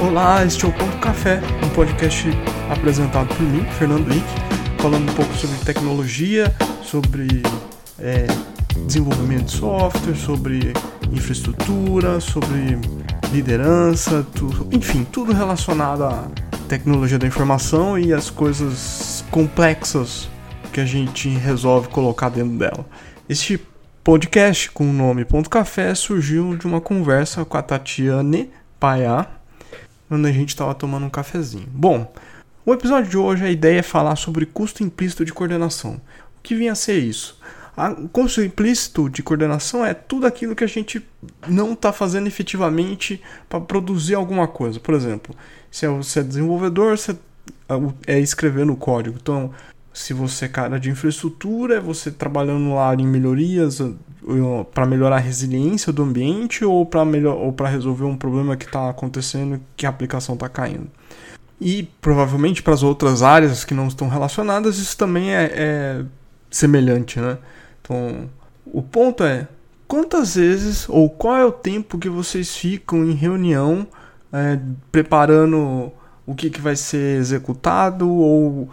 Olá, este é o Ponto Café, um podcast apresentado por mim, Fernando Henrique, falando um pouco sobre tecnologia, sobre desenvolvimento de software, sobre infraestrutura, sobre liderança, tudo relacionado à tecnologia da informação e as coisas complexas que a gente resolve colocar dentro dela. Este podcast com o nome Ponto Café surgiu de uma conversa com a Tatiane Paiá, onde a gente estava tomando um cafezinho. Bom, o episódio de hoje, a ideia é falar sobre custo implícito de coordenação. O que vinha a ser isso? O custo implícito de coordenação é tudo aquilo que a gente não está fazendo efetivamente para produzir alguma coisa. Por exemplo, se você é desenvolvedor, você é escrever no código. Então, se você é cara de infraestrutura, é você trabalhando lá em melhorias para melhorar a resiliência do ambiente ou para resolver um problema que está acontecendo, que a aplicação está caindo. E provavelmente para as outras áreas que não estão relacionadas, isso também é semelhante, né? Então, o ponto é, quantas vezes ou qual é o tempo que vocês ficam em reunião preparando o que vai ser executado ou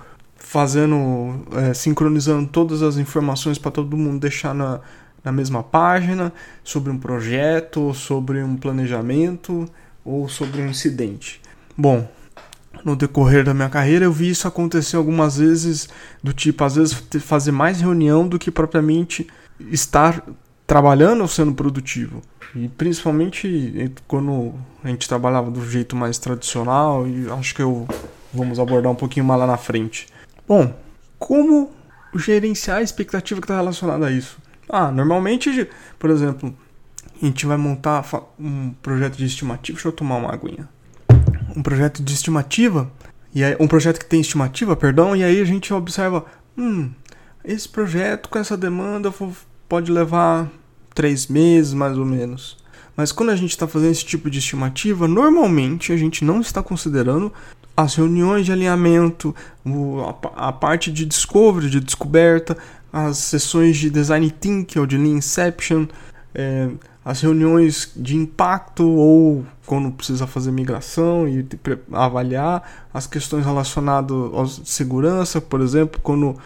sincronizando todas as informações para todo mundo deixar na mesma página, sobre um projeto, sobre um planejamento ou sobre um incidente. Bom, no decorrer da minha carreira eu vi isso acontecer algumas vezes, do tipo, às vezes fazer mais reunião do que propriamente estar trabalhando ou sendo produtivo. E principalmente quando a gente trabalhava do jeito mais tradicional, e acho que vamos abordar um pouquinho mais lá na frente. Bom, como gerenciar a expectativa que está relacionada a isso? Normalmente, por exemplo, a gente vai montar um projeto de estimativa. Deixa eu tomar uma aguinha. Um projeto de estimativa, um projeto que tem estimativa, e aí a gente observa, esse projeto com essa demanda pode levar 3 meses, mais ou menos. Mas quando a gente está fazendo esse tipo de estimativa, normalmente a gente não está considerando as reuniões de alinhamento, a parte de discovery, de descoberta, as sessões de design thinking ou de lean inception, as reuniões de impacto ou quando precisa fazer migração e avaliar as questões relacionadas à segurança, por exemplo, quando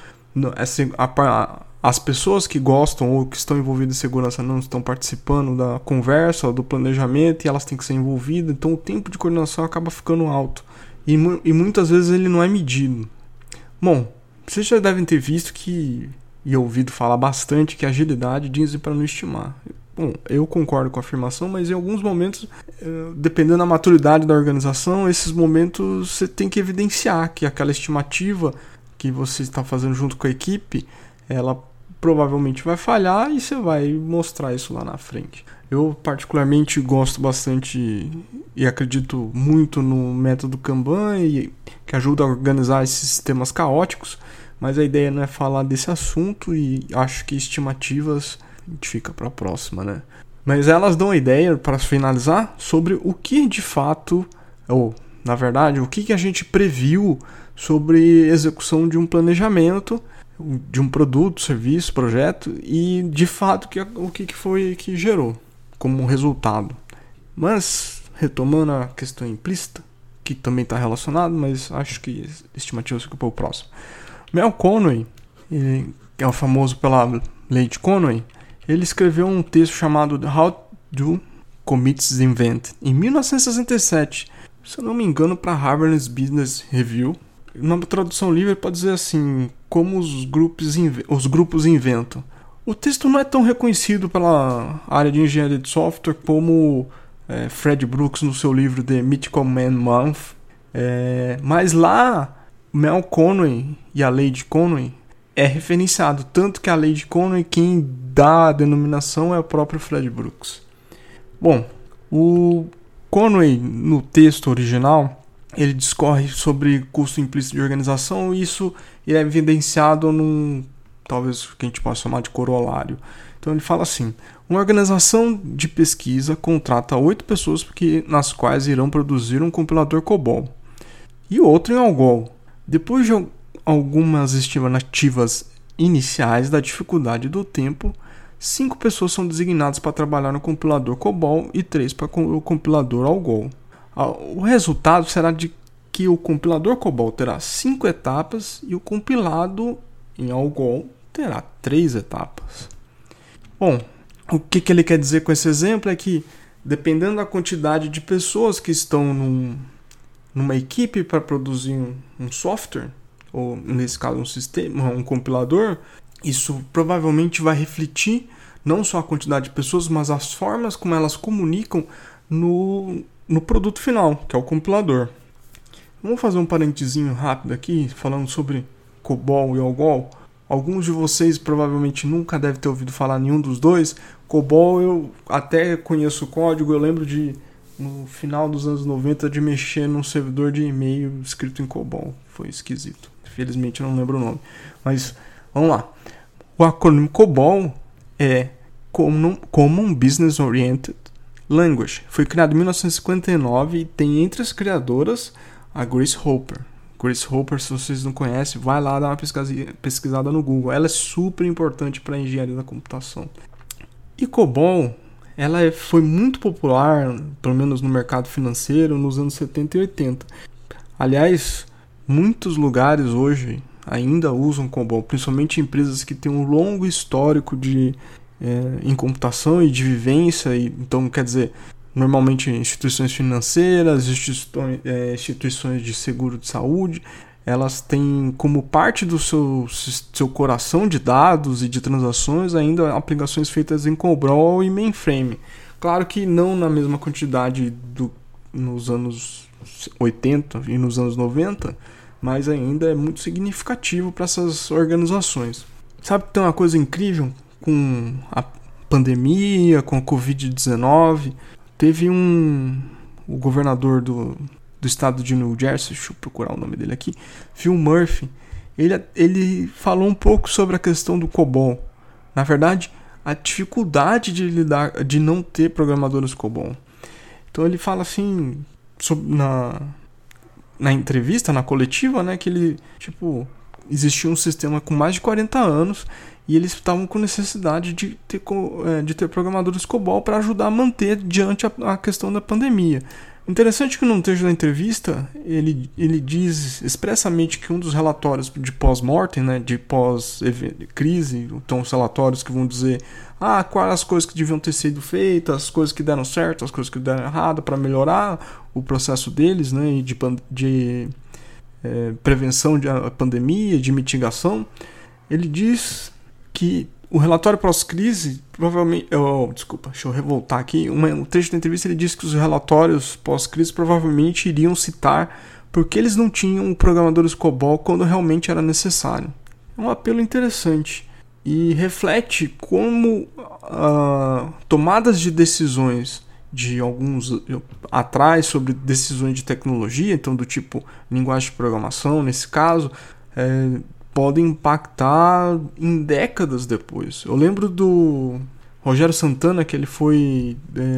as pessoas que gostam ou que estão envolvidas em segurança não estão participando da conversa ou do planejamento e elas têm que ser envolvidas, então o tempo de coordenação acaba ficando alto. E muitas vezes ele não é medido. Bom, vocês já devem ter visto e ouvido falar bastante que a agilidade dizem para não estimar. Bom, eu concordo com a afirmação, mas em alguns momentos, dependendo da maturidade da organização, esses momentos você tem que evidenciar que aquela estimativa que você está fazendo junto com a equipe, ela provavelmente vai falhar e você vai mostrar isso lá na frente. Eu particularmente gosto bastante e acredito muito no método Kanban, que ajuda a organizar esses sistemas caóticos, mas a ideia não é falar desse assunto e acho que estimativas a gente fica para a próxima, né? Mas elas dão a ideia, para finalizar, sobre o que de fato, ou na verdade, o que a gente previu sobre execução de um planejamento, de um produto, serviço, projeto e de fato o que foi que gerou como resultado. Mas, retomando a questão implícita, que também está relacionado, mas acho que estimativa fica para o próximo. Mel Conway, que é o famoso pela lei de Conway, ele escreveu um texto chamado How Do Committees Invent em 1967, se eu não me engano, para Harvard Business Review. Na tradução livre pode dizer assim, como os grupos inventam. O texto não é tão reconhecido pela área de engenharia de software como Fred Brooks no seu livro The Mythical Man Month, mas lá Mel Conway e a lei de Conway é referenciado, tanto que a lei de Conway, quem dá a denominação é o próprio Fred Brooks. Bom, o Conway no texto original ele discorre sobre custo implícito de organização e isso é evidenciado num, talvez que a gente possa chamar de corolário. Então ele fala assim: uma organização de pesquisa contrata 8 pessoas nas quais irão produzir um compilador COBOL e outro em ALGOL. Depois de algumas estimativas iniciais da dificuldade do tempo, 5 pessoas são designadas para trabalhar no compilador COBOL e 3 para o compilador ALGOL. O resultado será de que o compilador COBOL terá 5 etapas e o compilado em Algol terá 3 etapas. Bom, o que ele quer dizer com esse exemplo é que, dependendo da quantidade de pessoas que estão numa equipe para produzir um software, ou nesse caso um sistema, um compilador, isso provavelmente vai refletir não só a quantidade de pessoas, mas as formas como elas comunicam no produto final, que é o compilador. Vamos fazer um parentezinho rápido aqui, falando sobre COBOL e Algol. Alguns de vocês provavelmente nunca devem ter ouvido falar nenhum dos dois. COBOL eu até conheço o código, eu lembro de, no final dos anos 90, de mexer num servidor de e-mail escrito em COBOL. Foi esquisito. Infelizmente eu não lembro o nome. Mas, vamos lá. O acrônimo COBOL é Common Business Oriented Language. Foi criado em 1959 e tem entre as criadoras a Grace Hopper. Grace Hopper, se vocês não conhecem, vai lá dar uma pesquisada no Google. Ela é super importante para a engenharia da computação. E COBOL, ela foi muito popular, pelo menos no mercado financeiro, nos anos 70 e 80. Aliás, muitos lugares hoje ainda usam COBOL, principalmente empresas que têm um longo histórico em computação e de vivência. Então, quer dizer, normalmente instituições financeiras, instituições de seguro de saúde, elas têm como parte do seu coração de dados e de transações ainda aplicações feitas em COBOL e mainframe. Claro que não na mesma quantidade nos anos 80 e nos anos 90, mas ainda é muito significativo para essas organizações. Sabe que tem uma coisa incrível com a pandemia, com a Covid-19? Teve o governador do estado de New Jersey, deixa eu procurar o nome dele aqui, Phil Murphy, ele falou um pouco sobre a questão do COBOL. Na verdade, a dificuldade de não ter programadores COBOL. Então ele fala assim, na entrevista, na coletiva, né, que existia um sistema com mais de 40 anos e eles estavam com necessidade de ter programadores COBOL para ajudar a manter diante a questão da pandemia. Interessante que no texto da entrevista ele diz expressamente que um dos relatórios de pós-mortem, né, de pós-crise, então os relatórios que vão dizer quais as coisas que deviam ter sido feitas, as coisas que deram certo, as coisas que deram errado para melhorar o processo deles, né, e de prevenção da pandemia, de mitigação. Ele diz que o relatório pós-crise, provavelmente... deixa eu revoltar aqui. Um trecho da entrevista ele diz que os relatórios pós-crise provavelmente iriam citar porque eles não tinham programadores COBOL quando realmente era necessário. É um apelo interessante e reflete como tomadas de decisões de alguns atrás sobre decisões de tecnologia, então do tipo linguagem de programação, nesse caso, podem impactar em décadas depois. Eu lembro do Rogério Santana, que ele foi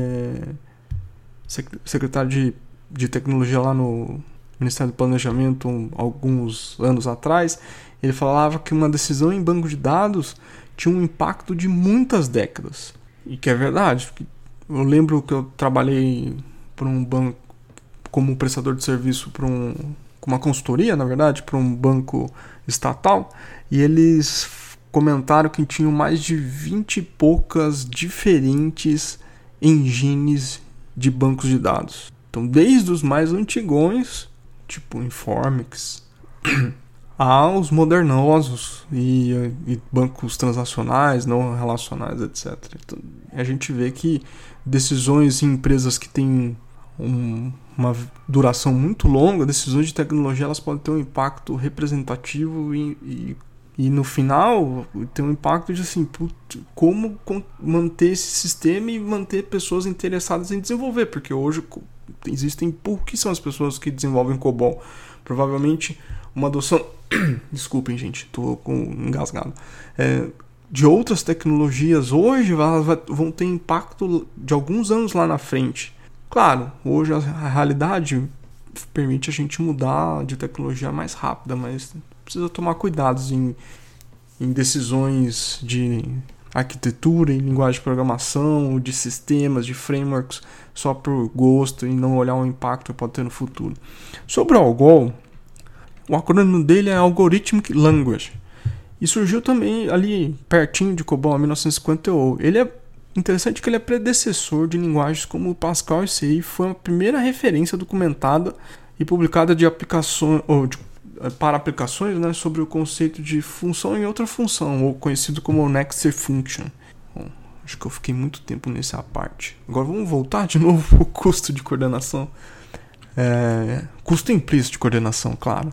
secretário de tecnologia lá no Ministério do Planejamento alguns anos atrás. Ele falava que uma decisão em banco de dados tinha um impacto de muitas décadas. E que é verdade. Eu lembro que eu trabalhei para um banco como prestador de serviço com uma consultoria, na verdade, para um banco estatal, e eles comentaram que tinham mais de 20 e poucas diferentes engines de bancos de dados. Então, desde os mais antigões, tipo Informix, aos modernosos e bancos transacionais, não relacionais, etc. Então, a gente vê que decisões em empresas que têm uma duração muito longa, decisões de tecnologia, elas podem ter um impacto representativo e no final ter um impacto de assim, como manter esse sistema e manter pessoas interessadas em desenvolver, porque hoje existem pouquíssimas pessoas que desenvolvem COBOL. Provavelmente uma adoção desculpem gente, estou engasgado, de outras tecnologias hoje vão ter impacto de alguns anos lá na frente. Claro, hoje a realidade permite a gente mudar de tecnologia mais rápida, mas precisa tomar cuidados em decisões arquitetura e linguagem de programação, de sistemas, de frameworks, só por gosto e não olhar o impacto que pode ter no futuro. Sobre o ALGOL, o acrônimo dele é Algorithmic Language. E surgiu também ali pertinho de COBOL, em 1958. Ele é interessante que ele é predecessor de linguagens como Pascal e C, e foi a primeira referência documentada e publicada de aplicações, para aplicações, né, sobre o conceito de função em outra função, ou conhecido como Next Function. Bom, acho que eu fiquei muito tempo nessa parte. Agora vamos voltar de novo para o custo de coordenação. Custo implícito de coordenação, claro.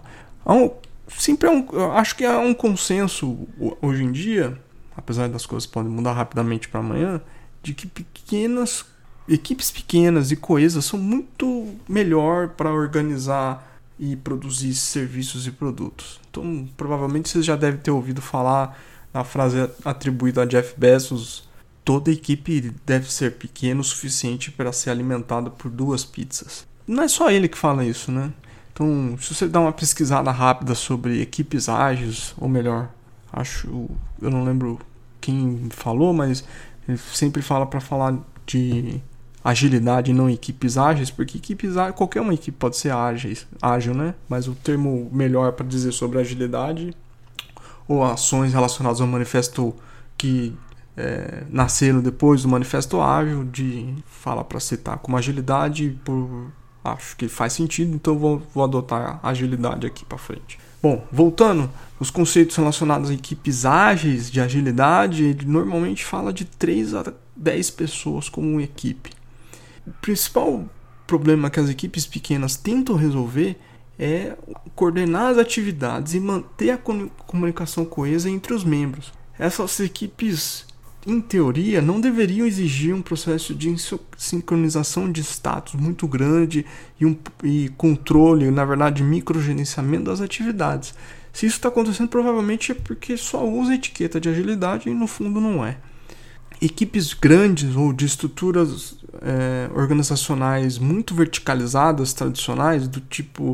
Eu acho que há um consenso hoje em dia, apesar das coisas podem mudar rapidamente para amanhã, de que equipes pequenas e coesas são muito melhor para organizar e produzir serviços e produtos. Então, provavelmente vocês já devem ter ouvido falar na frase atribuída a Jeff Bezos: toda equipe deve ser pequena o suficiente para ser alimentada por 2 pizzas. Não é só ele que fala isso, né? Então, se você dá uma pesquisada rápida sobre equipes ágeis, ou melhor, eu não lembro quem falou, mas ele sempre fala para falar de agilidade e não equipes ágeis, porque qualquer uma equipe pode ser ágil, né? Mas o termo melhor para dizer sobre agilidade, ou ações relacionadas ao manifesto que nasceram depois do manifesto ágil, fala para citar como agilidade, acho que faz sentido, então vou adotar a agilidade aqui para frente. Bom, voltando, os conceitos relacionados a equipes ágeis de agilidade, ele normalmente fala de 3 a 10 pessoas como uma equipe. O principal problema que as equipes pequenas tentam resolver é coordenar as atividades e manter a comunicação coesa entre os membros. Essas equipes, em teoria, não deveriam exigir um processo de sincronização de status muito grande e controle, na verdade, microgerenciamento das atividades. Se isso está acontecendo, provavelmente é porque só usa a etiqueta de agilidade e no fundo não é. Equipes grandes ou de estruturas organizacionais muito verticalizadas, tradicionais, do tipo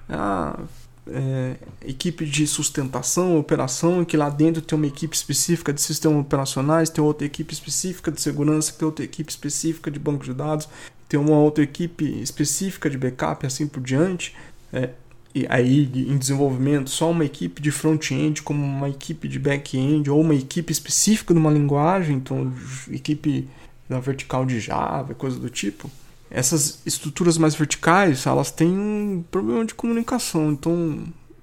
equipe de sustentação, operação, que lá dentro tem uma equipe específica de sistemas operacionais, tem outra equipe específica de segurança, tem outra equipe específica de banco de dados, tem uma outra equipe específica de backup e assim por diante. E aí, em desenvolvimento, só uma equipe de front-end, como uma equipe de back-end, ou uma equipe específica de uma linguagem, então equipe da vertical de Java, coisa do tipo. Essas estruturas mais verticais, elas têm um problema de comunicação, então,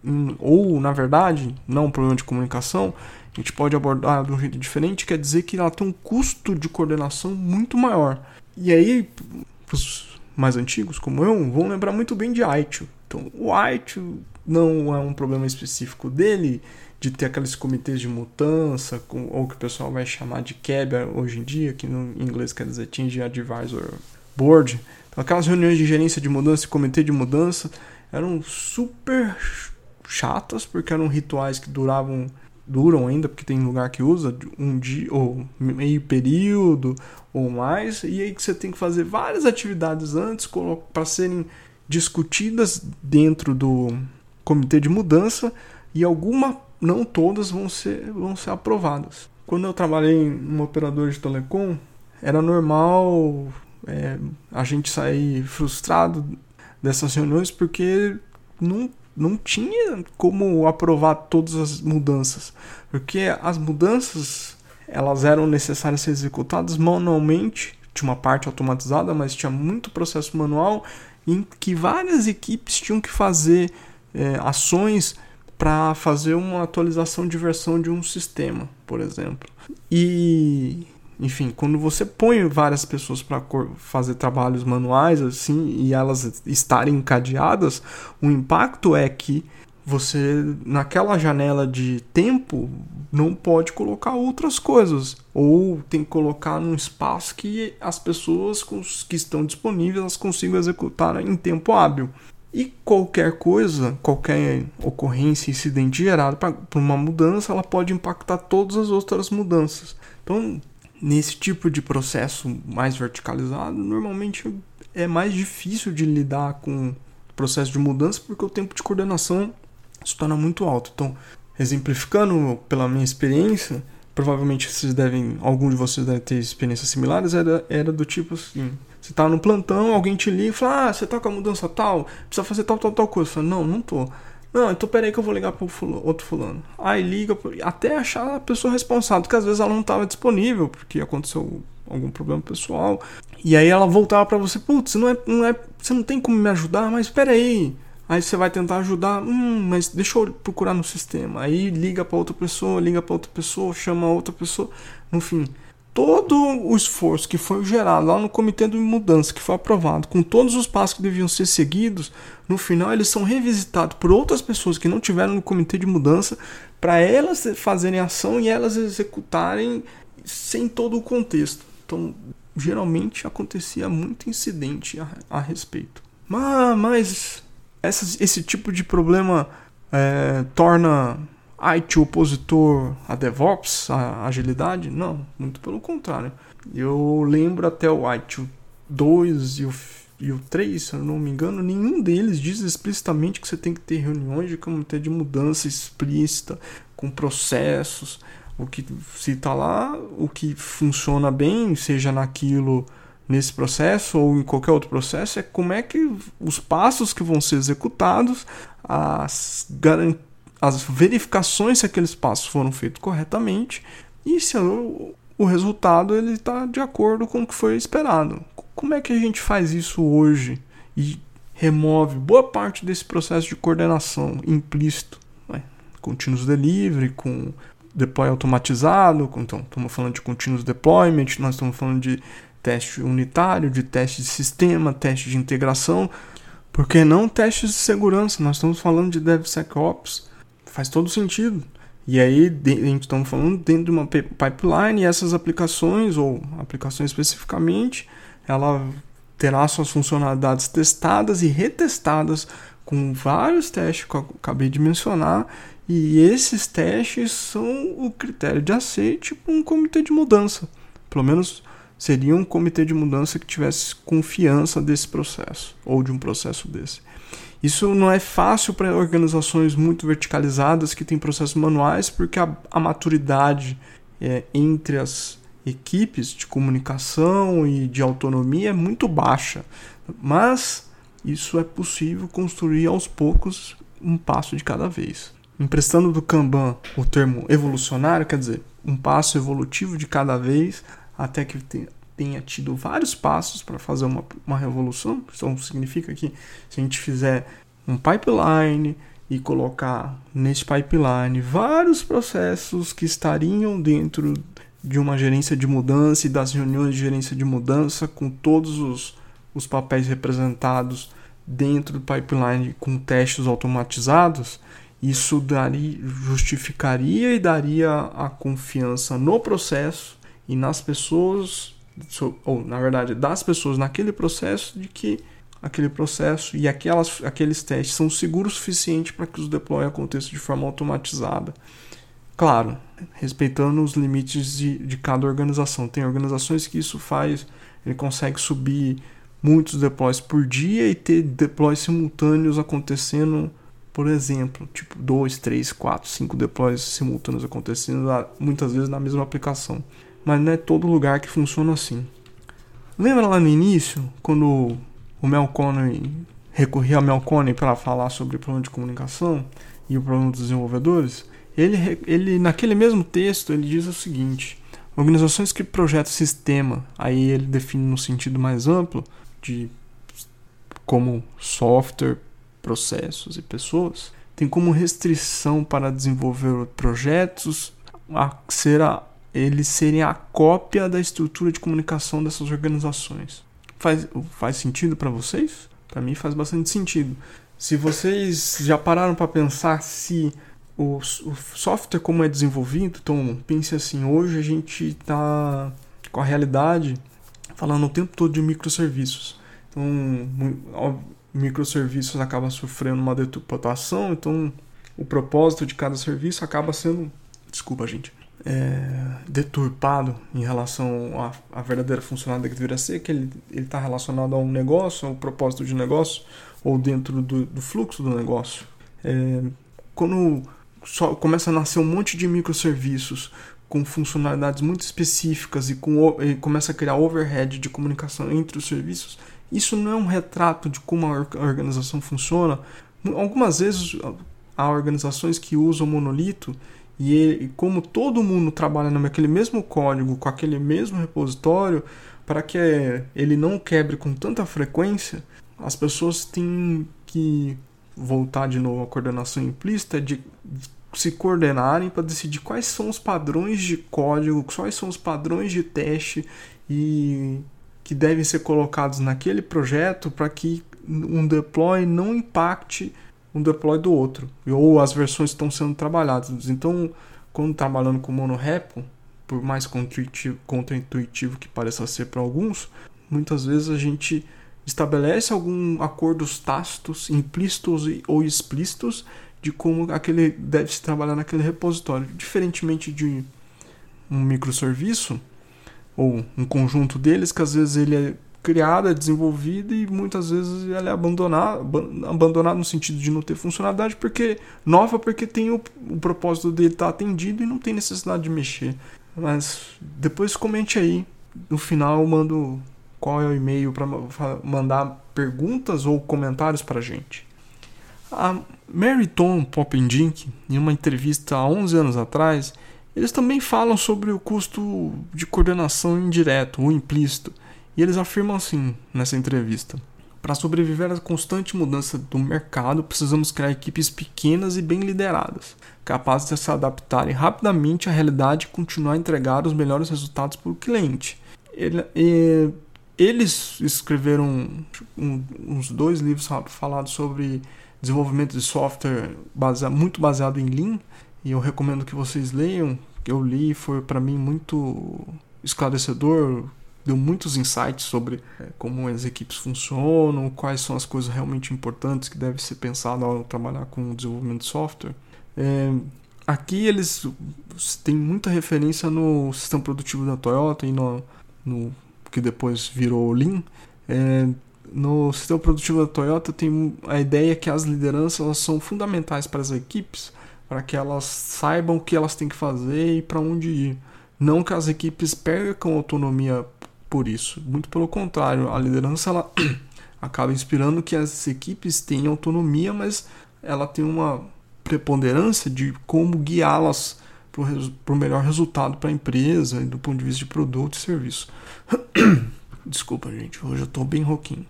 ou na verdade, não um problema de comunicação, a gente pode abordar de um jeito diferente, quer dizer que ela tem um custo de coordenação muito maior. E aí, os mais antigos, como eu, vão lembrar muito bem de ITIL. Então, o ITIL não é um problema específico dele, de ter aqueles comitês de mudança, ou que o pessoal vai chamar de CAB hoje em dia, que no inglês quer dizer Change Advisor Board. Então, aquelas reuniões de gerência de mudança e comitê de mudança eram super chatas, porque eram rituais que duram ainda, porque tem lugar que usa um dia ou meio período ou mais, e aí que você tem que fazer várias atividades antes para serem discutidas dentro do comitê de mudança, e não todas vão ser aprovadas. Quando eu trabalhei em um operador de telecom, era normal a gente sair frustrado dessas reuniões porque não tinha como aprovar todas as mudanças, porque as mudanças elas eram necessárias ser executadas manualmente. Tinha uma parte automatizada, mas tinha muito processo manual em que várias equipes tinham que fazer ações para fazer uma atualização de versão de um sistema, por exemplo. E, enfim, quando você põe várias pessoas para fazer trabalhos manuais assim, e elas estarem encadeadas, o impacto é que você, naquela janela de tempo, não pode colocar outras coisas, ou tem que colocar num espaço que as pessoas que estão disponíveis elas consigam executar em tempo hábil. E qualquer coisa, qualquer ocorrência, incidente gerado por uma mudança, ela pode impactar todas as outras mudanças. Então, nesse tipo de processo mais verticalizado, normalmente é mais difícil de lidar com o processo de mudança, porque o tempo de coordenação se torna muito alto. Então, exemplificando pela minha experiência, provavelmente algum de vocês deve ter experiências similares, era do tipo assim, você tá no plantão, alguém te liga e fala, você tá com a mudança tal, precisa fazer tal coisa. Você fala, não tô. Não, então peraí que eu vou ligar pro outro fulano. Aí liga, até achar a pessoa responsável, porque às vezes ela não estava disponível, porque aconteceu algum problema pessoal. E aí ela voltava pra você, putz, você não tem como me ajudar, mas peraí. Aí você vai tentar ajudar, mas deixa eu procurar no sistema. Aí liga pra outra pessoa, chama outra pessoa. No fim, todo o esforço que foi gerado lá no comitê de mudança, que foi aprovado, com todos os passos que deviam ser seguidos, no final eles são revisitados por outras pessoas que não tiveram no comitê de mudança, para elas fazerem ação e elas executarem sem todo o contexto. Então, geralmente acontecia muito incidente a respeito. Mas esse tipo de problema torna IT opositor a DevOps, a agilidade? Não, muito pelo contrário. Eu lembro até o IT 2 e o 3, se eu não me engano, nenhum deles diz explicitamente que você tem que ter reuniões de comitê de mudança explícita, com processos. O que cita lá, o que funciona bem, seja nesse processo ou em qualquer outro processo, é como é que os passos que vão ser executados, as verificações se aqueles passos foram feitos corretamente e se o resultado está de acordo com o que foi esperado. Como é que a gente faz isso hoje e remove boa parte desse processo de coordenação implícito? Continuous delivery, com deploy automatizado, então estamos falando de continuous deployment, nós estamos falando de teste unitário, de teste de sistema, teste de integração, por que não testes de segurança? Nós estamos falando de DevSecOps, faz todo sentido. E aí, estamos falando dentro de uma pipeline, e essas aplicações, ou aplicações especificamente, ela terá suas funcionalidades testadas e retestadas com vários testes que eu acabei de mencionar, e esses testes são o critério de aceite para um comitê de mudança. Pelo menos seria um comitê de mudança que tivesse confiança desse processo, ou de um processo desse. Isso não é fácil para organizações muito verticalizadas que têm processos manuais, porque a maturidade entre as equipes de comunicação e de autonomia é muito baixa. Mas isso é possível construir aos poucos, um passo de cada vez. Emprestando do Kanban o termo evolucionário, quer dizer, um passo evolutivo de cada vez, até que tenha tido vários passos para fazer uma revolução. Então significa que se a gente fizer um pipeline e colocar nesse pipeline vários processos que estariam dentro de uma gerência de mudança e das reuniões de gerência de mudança, com todos os papéis representados dentro do pipeline com testes automatizados, isso justificaria e daria a confiança no processo e nas pessoas, ou na verdade das pessoas naquele processo, de que aquele processo e aqueles testes são seguros o suficiente para que os deploy aconteçam de forma automatizada. Claro, respeitando os limites de cada organização. Tem organizações que isso faz, ele consegue subir muitos deploys por dia e ter deploys simultâneos acontecendo, por exemplo, tipo 2, 3, 4, 5 deploys simultâneos acontecendo muitas vezes na mesma aplicação. Mas não é todo lugar que funciona assim. Lembra lá no início, quando o Mel Conley recorria a Mel Conley para falar sobre o problema de comunicação e o problema dos desenvolvedores? Ele naquele mesmo texto, ele diz o seguinte: organizações que projetam sistema, aí ele define no sentido mais amplo, de como software, processos e pessoas, tem como restrição para desenvolver projetos eles serem a cópia da estrutura de comunicação dessas organizações. Faz sentido para vocês? Para mim faz bastante sentido. Se vocês já pararam para pensar se o software como é desenvolvido, então pense assim, hoje a gente está com a realidade falando o tempo todo de microserviços. Então, microserviços acaba sofrendo uma deturpação, então o propósito de cada serviço acaba sendo, deturpado em relação à verdadeira funcionalidade que deveria ser, que ele está relacionado a um negócio, ao propósito de negócio, ou dentro do fluxo do negócio. Quando começa a nascer um monte de microserviços com funcionalidades muito específicas e começa a criar overhead de comunicação entre os serviços, isso não é um retrato de como a organização funciona. Algumas vezes há organizações que usam monolito e como todo mundo trabalha naquele mesmo código, com aquele mesmo repositório, para que ele não quebre com tanta frequência, as pessoas têm que voltar de novo à coordenação implícita de se coordenarem para decidir quais são os padrões de código, quais são os padrões de teste e que devem ser colocados naquele projeto para que um deploy não impacte um deploy do outro, ou as versões estão sendo trabalhadas. Então, quando trabalhando com monorepo, por mais contraintuitivo que pareça ser para alguns, muitas vezes a gente estabelece alguns acordos tácitos, implícitos ou explícitos de como aquele deve se trabalhar naquele repositório. Diferentemente de um microserviço ou um conjunto deles, que às vezes ele é criado, é desenvolvido e muitas vezes ele é abandonado no sentido de não ter funcionalidade porque tem o propósito dele estar atendido e não tem necessidade de mexer. Mas depois comente aí, no final eu mando qual é o e-mail para mandar perguntas ou comentários para a gente. A Mary Tom Poppendink, em uma entrevista há 11 anos atrás, eles também falam sobre o custo de coordenação indireto ou implícito. E eles afirmam assim nessa entrevista: para sobreviver à constante mudança do mercado, precisamos criar equipes pequenas e bem lideradas, capazes de se adaptarem rapidamente à realidade e continuar a entregar os melhores resultados para o cliente. Eles escreveram uns 2 livros falados sobre desenvolvimento de software muito baseado em Lean, e eu recomendo que vocês leiam. Que eu li, foi para mim muito esclarecedor, deu muitos insights sobre como as equipes funcionam, quais são as coisas realmente importantes que devem ser pensadas ao trabalhar com o desenvolvimento de software. Aqui eles têm muita referência no sistema produtivo da Toyota e no que depois virou Lean. No sistema produtivo da Toyota tem a ideia que as lideranças elas são fundamentais para as equipes, para que elas saibam o que elas têm que fazer e para onde ir. Não que as equipes percam autonomia por isso. Muito pelo contrário, a liderança ela acaba inspirando que as equipes tenham autonomia, mas ela tem uma preponderância de como guiá-las para o melhor resultado para a empresa do ponto de vista de produto e serviço. Desculpa, gente, hoje eu estou bem rouquinho.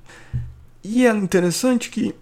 E é interessante que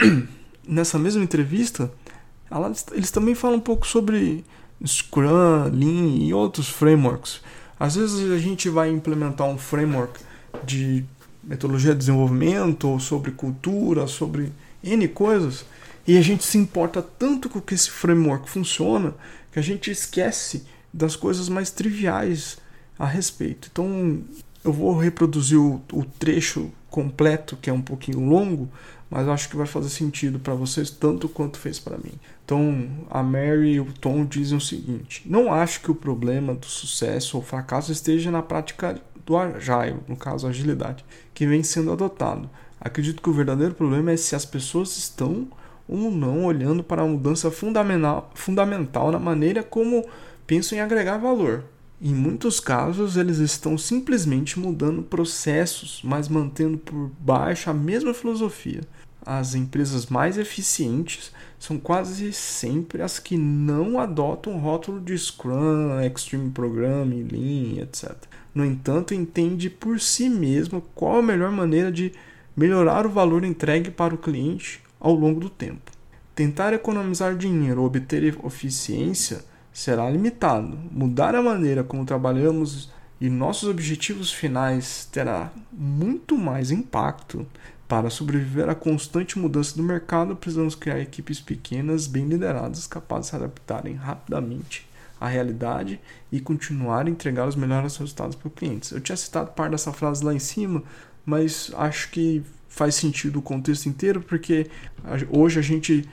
nessa mesma entrevista eles também falam um pouco sobre Scrum, Lean e outros frameworks. Às vezes a gente vai implementar um framework de metodologia de desenvolvimento, ou sobre cultura, sobre N coisas, e a gente se importa tanto com que esse framework funciona, que a gente esquece das coisas mais triviais a respeito. Então eu vou reproduzir o trecho completo, que é um pouquinho longo, mas acho que vai fazer sentido para vocês tanto quanto fez para mim. Então, a Mary e o Tom dizem o seguinte: não acho que o problema do sucesso ou fracasso esteja na prática do Agile, no caso a agilidade, que vem sendo adotado. Acredito que o verdadeiro problema é se as pessoas estão ou não olhando para a mudança fundamental na maneira como pensam em agregar valor. Em muitos casos, eles estão simplesmente mudando processos, mas mantendo por baixo a mesma filosofia. As empresas mais eficientes são quase sempre as que não adotam o rótulo de Scrum, Extreme Programming, Lean, etc. No entanto, entende por si mesma qual a melhor maneira de melhorar o valor entregue para o cliente ao longo do tempo. Tentar economizar dinheiro ou obter eficiência será limitado. Mudar a maneira como trabalhamos e nossos objetivos finais terá muito mais impacto. Para sobreviver à constante mudança do mercado, precisamos criar equipes pequenas, bem lideradas, capazes de se adaptarem rapidamente à realidade e continuar a entregar os melhores resultados para os clientes. Eu tinha citado parte dessa frase lá em cima, mas acho que faz sentido o contexto inteiro, porque hoje a gente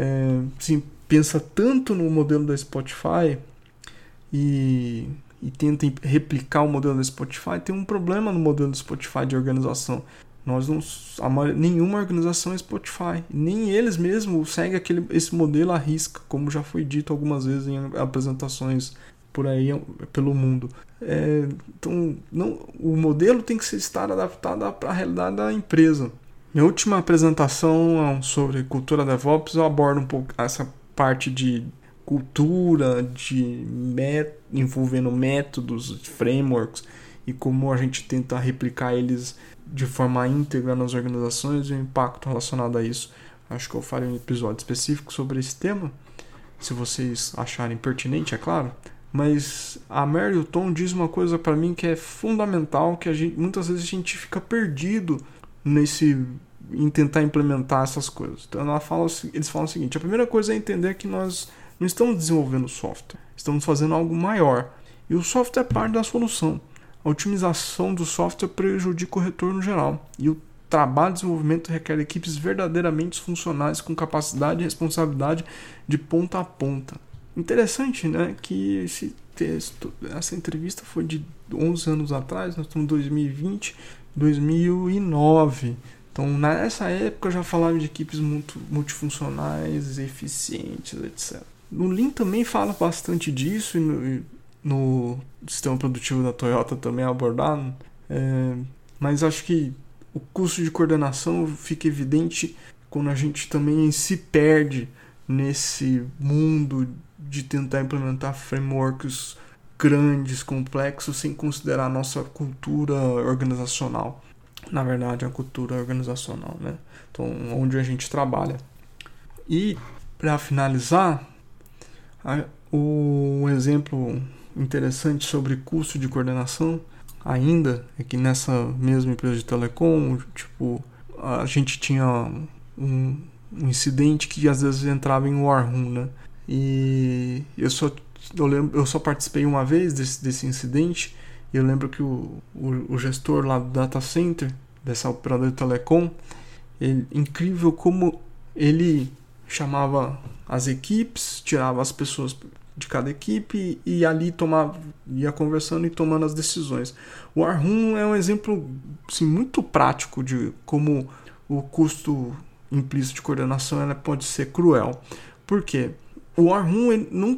pensa tanto no modelo da Spotify e tenta replicar o modelo da Spotify. Tem um problema no modelo do Spotify de organização. Nenhuma organização é Spotify, nem eles mesmos seguem esse modelo à risca, como já foi dito algumas vezes em apresentações por aí pelo mundo. Então, o modelo tem que estar adaptado para a realidade da empresa. Minha última apresentação sobre cultura DevOps, eu abordo um pouco essa parte de cultura, envolvendo métodos, frameworks, e como a gente tenta replicar eles de forma íntegra nas organizações e o impacto relacionado a isso. Acho que eu farei um episódio específico sobre esse tema, se vocês acharem pertinente, é claro. Mas a Mary e o Tom diz uma coisa para mim que é fundamental, que muitas vezes a gente fica perdido em tentar implementar essas coisas. Então eles falam o seguinte: a primeira coisa é entender que nós não estamos desenvolvendo software, estamos fazendo algo maior. E o software é parte da solução. A otimização do software prejudica o retorno geral. E o trabalho de desenvolvimento requer equipes verdadeiramente funcionais com capacidade e responsabilidade de ponta a ponta. Interessante, né? Que essa entrevista foi de 11 anos atrás, nós estamos em 2020, 2009. Então, nessa época eu já falava de equipes multifuncionais, eficientes, etc. No Lean também fala bastante disso, e no sistema produtivo da Toyota também é abordado. Mas acho que o custo de coordenação fica evidente quando a gente também se perde nesse mundo de tentar implementar frameworks grandes, complexos, sem considerar a nossa cultura organizacional. Na verdade, a cultura organizacional, né? Então, onde a gente trabalha. E, para finalizar, um exemplo interessante sobre custo de coordenação ainda é que nessa mesma empresa de telecom, a gente tinha um incidente que às vezes entrava em war room, né? E eu só participei uma vez desse incidente. E eu lembro que o gestor lá do data center dessa operadora de telecom, incrível como ele chamava as equipes, tirava as pessoas de cada equipe e ali ia conversando e tomando as decisões. O war room é um exemplo assim, muito prático de como o custo implícito de coordenação pode ser cruel. Por quê? O war room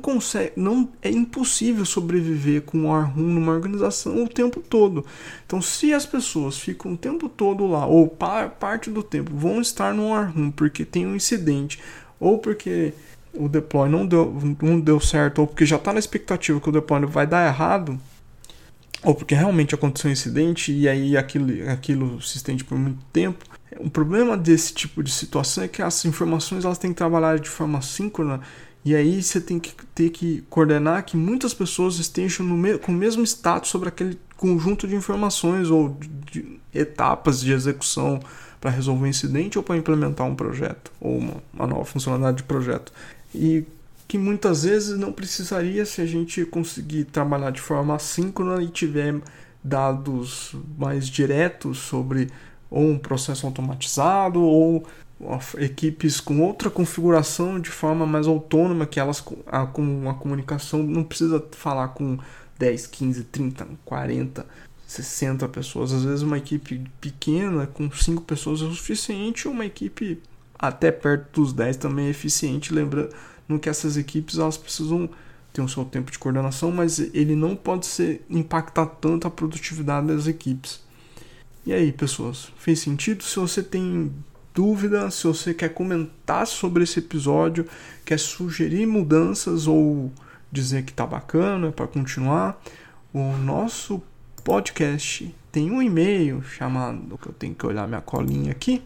é impossível sobreviver com o war room numa organização o tempo todo. Então, se as pessoas ficam o tempo todo lá, ou parte do tempo vão estar no war room porque tem um incidente, ou porque o deploy não deu certo, ou porque já está na expectativa que o deploy vai dar errado, ou porque realmente aconteceu um incidente e aí aquilo se estende por muito tempo. O problema desse tipo de situação é que as informações elas têm que trabalhar de forma síncrona. E aí você tem que ter que coordenar que muitas pessoas estejam com o mesmo status sobre aquele conjunto de informações ou de etapas de execução para resolver um incidente ou para implementar um projeto ou uma nova funcionalidade de projeto. E que muitas vezes não precisaria se a gente conseguir trabalhar de forma assíncrona e tiver dados mais diretos sobre ou um processo automatizado ou equipes com outra configuração de forma mais autônoma, que elas com a comunicação não precisa falar com 10, 15, 30, 40, 60 pessoas. Às vezes uma equipe pequena com 5 pessoas é o suficiente, ou uma equipe até perto dos 10 também é eficiente, lembrando que essas equipes elas precisam ter o seu tempo de coordenação, mas ele não pode impactar tanto a produtividade das equipes. E aí, pessoas, fez sentido? Se você tem dúvida, se você quer comentar sobre esse episódio, quer sugerir mudanças ou dizer que tá bacana para continuar, o nosso podcast tem um e-mail chamado, que eu tenho que olhar minha colinha aqui,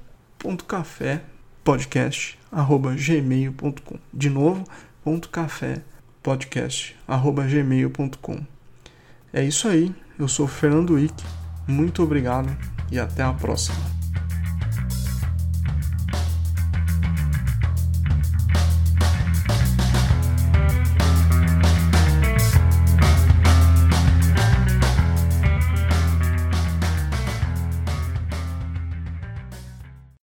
.cafépodcast@gmail.com. De novo, .cafépodcast@gmail.com. É isso aí, eu sou o Fernando Wick, muito obrigado e até a próxima.